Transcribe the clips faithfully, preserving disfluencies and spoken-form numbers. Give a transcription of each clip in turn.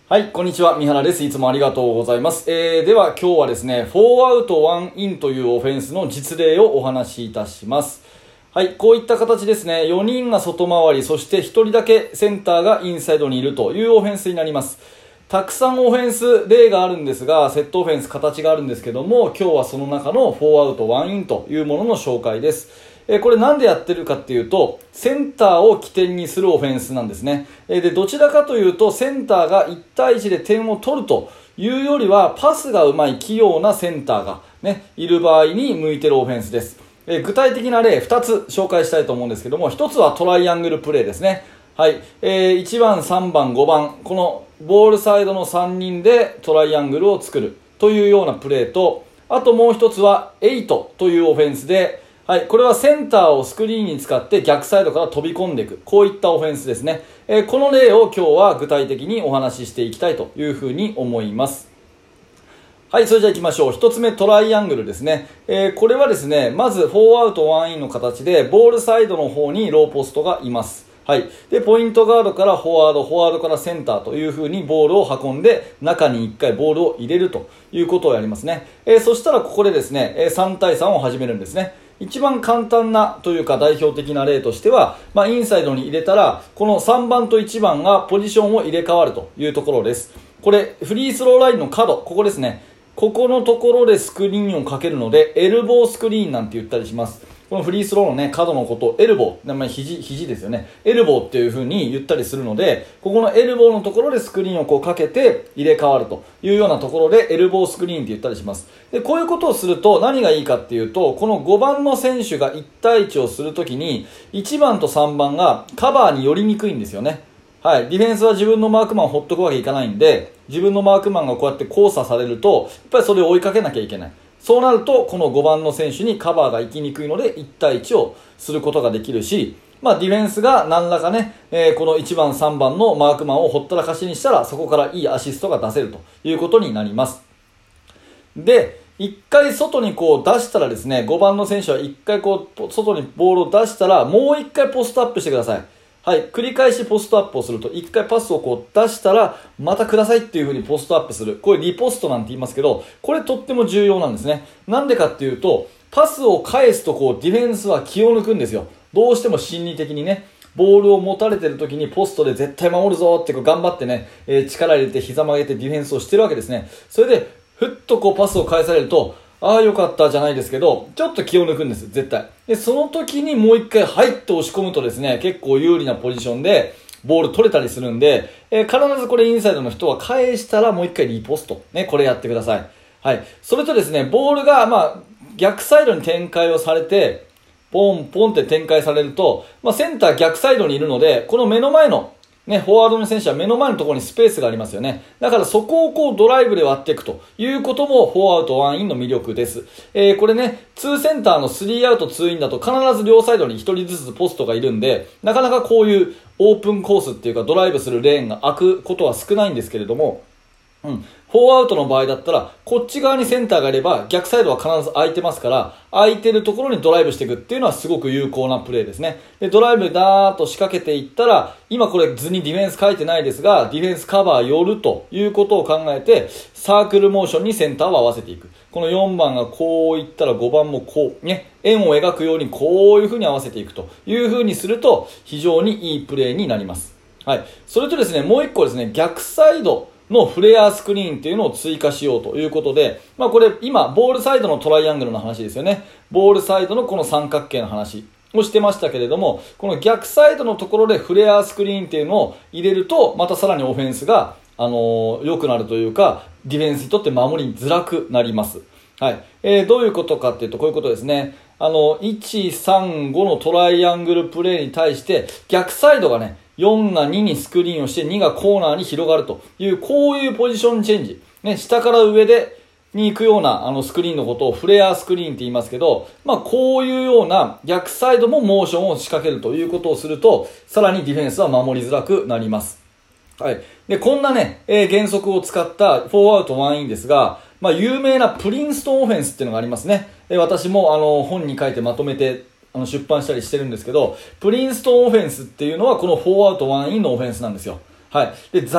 はい、こんにちは。三原です。いつもありがとうございます。えー、では今日はですね、フォーアウトワンインというオフェンスの実例をお話しいたします。はい、こういった形ですね。よにんが外回り、そしてひとりだけセンターがインサイドにいるというオフェンスになります。たくさんオフェンス例があるんですが、セットオフェンス形があるんですけども、今日はその中のフォーアウトワンインというものの紹介です。えー、これなんでやってるかっていうと、センターを起点にするオフェンスなんですね。えー、で、どちらかというと、センターがいち対いちで点を取るというよりは、パスがうまい器用なセンターがね、いる場合に向いてるオフェンスです。えー、具体的な例ふたつ紹介したいと思うんですけども、ひとつはトライアングルプレーですね。はい、えー、いちばん、さんばん、ごばん、このボールサイドのさんにんでトライアングルを作るというようなプレーと、あともう一つははちというオフェンスで、はい、これはセンターをスクリーンに使って逆サイドから飛び込んでいく、こういったオフェンスですね。えー、この例を今日は具体的にお話ししていきたいというふうに思います。はい、それじゃあ行きましょう。一つ目、トライアングルですね。えー、これはですね、まずフォーアウトワンインの形で、ボールサイドの方にローポストがいます。はい。で、ポイントガードからフォワード、フォワードからセンターという風にボールを運んで、中にいっかいボールを入れるということをやりますね。えー、そしたらここでですね、さん対さんを始めるんですね。一番簡単なというか代表的な例としては、まあ、インサイドに入れたら、このさんばんといちばんがポジションを入れ替わるというところです。これ、フリースローラインの角、ここですね。ここのところでスクリーンをかけるので、エルボースクリーンなんて言ったりします。このフリースローのね、角のことをエルボー、まあ、肘、肘ですよね。エルボーっていう風に言ったりするので、ここのエルボーのところでスクリーンをこうかけて入れ替わるというようなところでエルボースクリーンって言ったりします。で、こういうことをすると何がいいかっていうと、このごばんの選手がいち対いちをするときに、いちばんとさんばんがカバーに寄りにくいんですよね。はい。ディフェンスは自分のマークマンをほっとくわけいかないんで、自分のマークマンがこうやって交差されると、やっぱりそれを追いかけなきゃいけない。そうなると、このごばんの選手にカバーが行きにくいので、いち対いちをすることができるし、まあディフェンスが何らかね、えー、このいちばん、さんばんのマークマンをほったらかしにしたら、そこからいいアシストが出せるということになります。で、一回外にこう出したらですね、ごばんの選手は一回こう、外にボールを出したら、もう一回ポストアップしてください。はい、繰り返しポストアップをすると、一回パスをこう出したら、またくださいっていう風にポストアップする。これリポストなんて言いますけど、これとっても重要なんですね。なんでかっていうと、パスを返すとこうディフェンスは気を抜くんですよ。どうしても心理的にね、ボールを持たれてる時にポストで絶対守るぞってこう頑張ってね、えー、力入れて膝曲げてディフェンスをしてるわけですね。それで、ふっとこうパスを返されると、ああよかったじゃないですけど、ちょっと気を抜くんです、絶対。で、その時にもう一回入って押し込むとですね、結構有利なポジションでボール取れたりするんで、えー、必ずこれインサイドの人は返したらもう一回リポスト。ね、これやってください。はい。それとですね、ボールが、まあ、逆サイドに展開をされて、ポンポンって展開されると、まあ、センター逆サイドにいるので、この目の前のね、フォワードの選手は目の前のところにスペースがありますよね。だからそこをこうドライブで割っていくということもフォーアウトワンインの魅力です。えー、これね、ツーセンターのスリーアウトツーインだと必ず両サイドにひとりずつポストがいるんで、なかなかこういうオープンコースっていうかドライブするレーンが開くことは少ないんですけれども、うん。フォーアウトの場合だったら、こっち側にセンターがいれば、逆サイドは必ず空いてますから、空いてるところにドライブしていくっていうのはすごく有効なプレーですね。で、ドライブダーッと仕掛けていったら、今これ図にディフェンス書いてないですが、ディフェンスカバー寄るということを考えて、サークルモーションにセンターを合わせていく。このよんばんがこういったらごばんもこう、ね、円を描くようにこういう風に合わせていくという風にすると、非常にいいプレーになります。はい。それとですね、もう一個ですね、逆サイドのフレアスクリーンっていうのを追加しようということで、まあこれ今ボールサイドのトライアングルの話ですよね。ボールサイドのこの三角形の話をしてましたけれども、この逆サイドのところでフレアスクリーンっていうのを入れると、またさらにオフェンスが、あのー、良くなるというか、ディフェンスにとって守りづらくなります。はい。えー、どういうことかっていうと、こういうことですね。あの、いち、さん、ごのトライアングルプレーに対して、逆サイドがね、よんがににスクリーンをしてにがコーナーに広がるという、こういうポジションチェンジ。ね、下から上で、に行くようなあのスクリーンのことをフレアスクリーンって言いますけど、まあこういうような逆サイドもモーションを仕掛けるということをすると、さらにディフェンスは守りづらくなります。はい。で、こんなね、えー、原則を使ったフォーアウトワンインですが、まあ有名なプリンストンオフェンスっていうのがありますね。えー、私もあの本に書いてまとめてあの出版したりしてるんですけど、プリンストンオフェンスっていうのはこのフォーアウトワンインのオフェンスなんですよ。はい。で、ざっく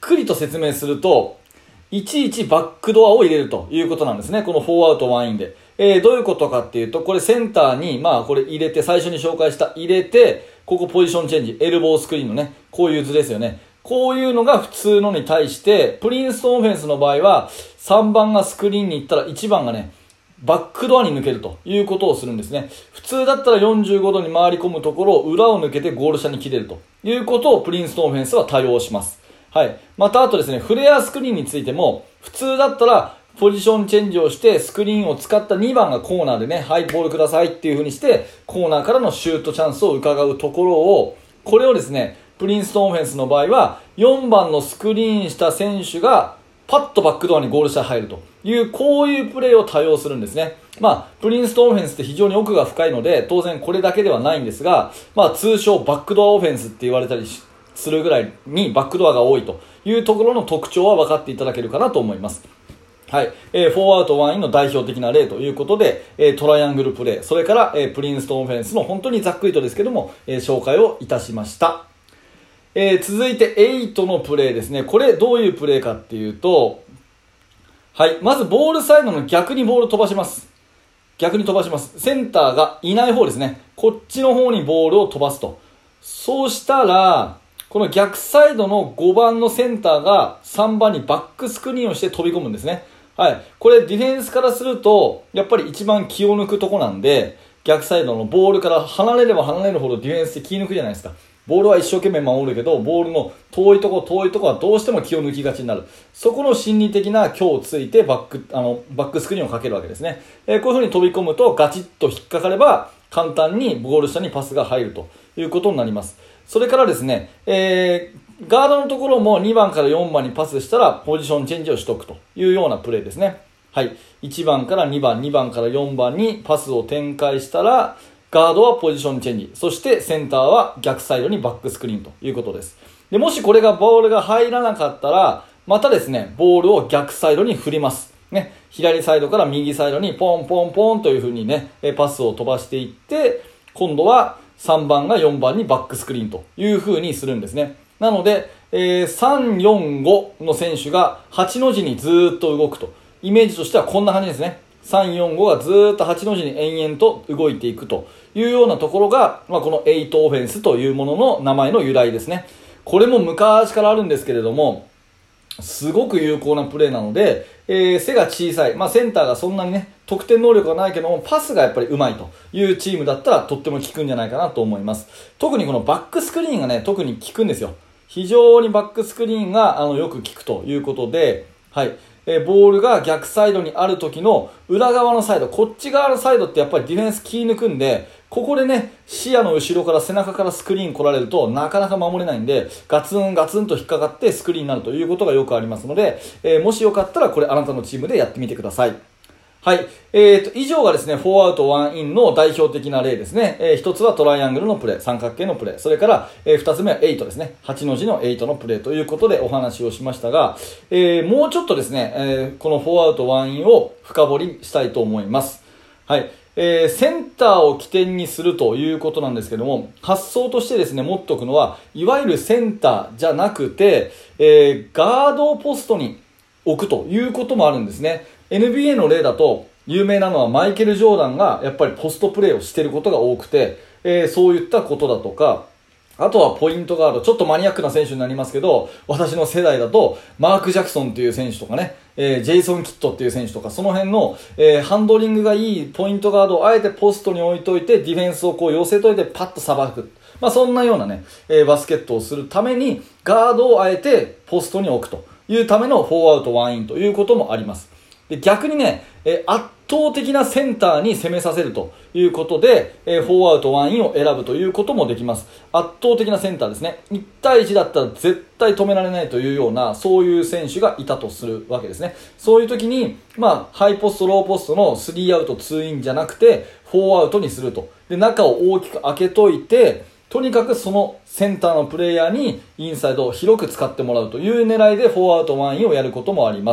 くりと説明すると、いちいちバックドアを入れるということなんですね。このフォーアウトワンインで。えー、どういうことかっていうと、これセンターに、まあこれ入れて、最初に紹介した入れて、ここポジションチェンジ、エルボースクリーンのね、こういう図ですよね。こういうのが普通のに対して、プリンストンオフェンスの場合は、さんばんがスクリーンに行ったらいちばんがね、バックドアに抜けるということをするんですね。普通だったらよんじゅうごどに回り込むところを裏を抜けてゴール下に切れるということをプリンストンオフェンスは対応します。はい。またあとですね、フレアスクリーンについても、普通だったらポジションチェンジをしてスクリーンを使ったにばんがコーナーでね、はい、ボールくださいっていう風にして、コーナーからのシュートチャンスを伺うところを、これをですね、プリンストンオフェンスの場合は、よんばんのスクリーンした選手が、パッとバックドアにゴール下に入るという、こういうプレーを多用するんですね。まあ、プリンストンオフェンスって非常に奥が深いので、当然これだけではないんですが、まあ通称バックドアオフェンスって言われたりするぐらいにバックドアが多いというところの特徴は分かっていただけるかなと思います。はい。えー、フォーアウトワンインの代表的な例ということで、えー、トライアングルプレー、それから、えー、プリンストンオフェンスの本当にざっくりとですけども、えー、紹介をいたしました。えー、続いてエイトのプレーですね。これどういうプレーかっていうと、はい。まずボールサイドの逆にボールを飛ばします。逆に飛ばします。センターがいない方ですね。こっちの方にボールを飛ばすと。そうしたら、この逆サイドのごばんのセンターがさんばんにバックスクリーンをして飛び込むんですね。はい。これディフェンスからすると、やっぱり一番気を抜くとこなんで、逆サイドのボールから離れれば離れるほどディフェンスって気抜くじゃないですか。ボールは一生懸命守るけど、ボールの遠いとこ遠いとこはどうしても気を抜きがちになる。そこの心理的な強をついてバック、あの、バックスクリーンをかけるわけですね。えー、こういう風に飛び込むとガチッと引っかかれば、簡単にゴール下にパスが入るということになります。それからですね、えー、ガードのところもにばんからよんばんにパスしたらポジションチェンジをしとくというようなプレーですね。はい。いちばんからにばん、にばんからよんばんにパスを展開したら、ガードはポジションチェンジ。そしてセンターは逆サイドにバックスクリーンということです。で、もしこれがボールが入らなかったら、またですね、ボールを逆サイドに振ります。ね、左サイドから右サイドにポンポンポンという風にね、パスを飛ばしていって、今度はさんばんがよんばんにバックスクリーンという風にするんですね。なので、えー、さん、よん、ごの選手がはちの字にずーっと動くと。イメージとしてはこんな感じですね。さん、よん、ごがずーっとはちの字に延々と動いていくというようなところが、まあ、このエイトオフェンスというものの名前の由来ですね。これも昔からあるんですけれども、すごく有効なプレーなので、えー、背が小さい、まあ、センターがそんなにね、得点能力がないけども、パスがやっぱり上手いというチームだったらとっても効くんじゃないかなと思います。特にこのバックスクリーンがね、特に効くんですよ。非常にバックスクリーンがあのよく効くということで、はい。えー、ボールが逆サイドにある時の裏側のサイド、こっち側のサイドってやっぱりディフェンス気抜くんで、ここでね、視野の後ろから背中からスクリーン来られるとなかなか守れないんで、ガツンガツンと引っかかってスクリーンになるということがよくありますので、えー、もしよかったらこれあなたのチームでやってみてください。はい。えーと、以上がですね、フォーアウトワンインの代表的な例ですね。えー、一つはトライアングルのプレー、三角形のプレー。それから、えー、二つ目はエイトですね。八の字のエイトのプレーということでお話をしましたが、えー、もうちょっとですね、えー、このフォーアウトワンインを深掘りしたいと思います。はい。えー、センターを起点にするということなんですけども、発想としてですね、持っておくのは、いわゆるセンターじゃなくて、えー、ガードをポストに置くということもあるんですね。エヌビーエー の例だと、有名なのはマイケル・ジョーダンがやっぱりポストプレーをしていることが多くて、えー、そういったことだとか、あとはポイントガード、ちょっとマニアックな選手になりますけど、私の世代だと、マーク・ジャクソンという選手とかね、えー、ジェイソン・キットっていう選手とか、その辺の、えー、ハンドリングがいいポイントガードをあえてポストに置いといて、ディフェンスをこう寄せといてパッとさばく。まあそんなようなね、えー、バスケットをするために、ガードをあえてポストに置くというためのフォーアウトワンインということもあります。で逆にね、えー、圧倒的なセンターに攻めさせるということで、えー、フォーアウトワンインを選ぶということもできます。圧倒的なセンターですね。いち対いちだったら絶対止められないというような、そういう選手がいたとするわけですね。そういう時に、まあ、ハイポスト、ローポストのスリーアウト、ツーインじゃなくて、フォーアウトにすると。で、中を大きく開けといて、とにかくそのセンターのプレイヤーにインサイドを広く使ってもらうという狙いでフォーアウトワンインをやることもあります。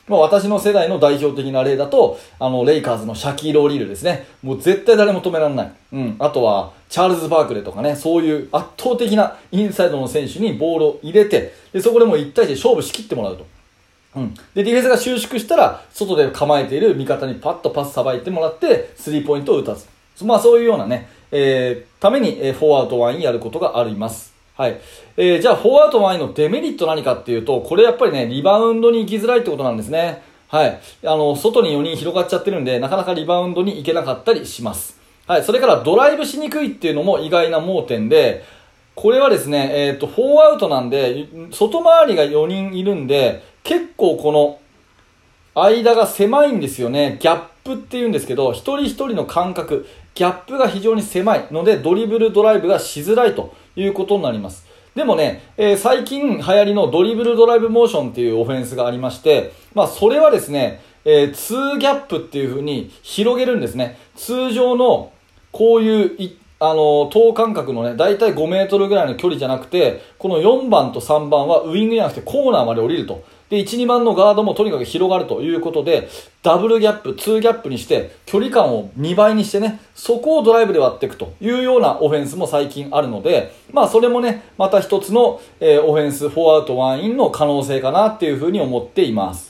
まあ、私の世代の代表的な例だと、あの、レイカーズのシャキール・オリールですね。もう絶対誰も止められない。うん。あとは、チャールズ・バークレーとかね、そういう圧倒的なインサイドの選手にボールを入れて、で、そこでもういち対いちで勝負しきってもらうと。うん。で、ディフェンスが収縮したら、外で構えている味方にパッとパスさばいてもらって、スリーポイントを打たす。まあ、そういうようなね、えー、ために、えー、フォーアウトワンインやることがあります。はい。えー、じゃあ、フォーアウトワンインのデメリット何かっていうと、これやっぱりね、リバウンドに行きづらいってことなんですね。はい。あの、外によにん広がっちゃってるんで、なかなかリバウンドに行けなかったりします。はい。それから、ドライブしにくいっていうのも意外な盲点で、これはですね、えっと、フォーアウトなんで、外回りがよにんいるんで、結構この、間が狭いんですよね。ギャップって言うんですけど、一人一人の間隔、ギャップが非常に狭いので、ドリブルドライブがしづらいということになります。でもね、えー、最近流行りのドリブルドライブモーションっていうオフェンスがありまして、まあそれはですね、えー、ツーギャップっていう風に広げるんですね。通常のこういういあの等間隔のね、だいたいごメートルぐらいの距離じゃなくて、このよんばんとさんばんはウイングじゃなくてコーナーまで降りると。で、いち、にばんのガードもとにかく広がるということで、ダブルギャップ、ツーギャップにして、距離感をにばいにしてね、そこをドライブで割っていくというようなオフェンスも最近あるので、まあそれもね、また一つの、えー、オフェンス、フォーアウトワンインの可能性かなっていうふうに思っています。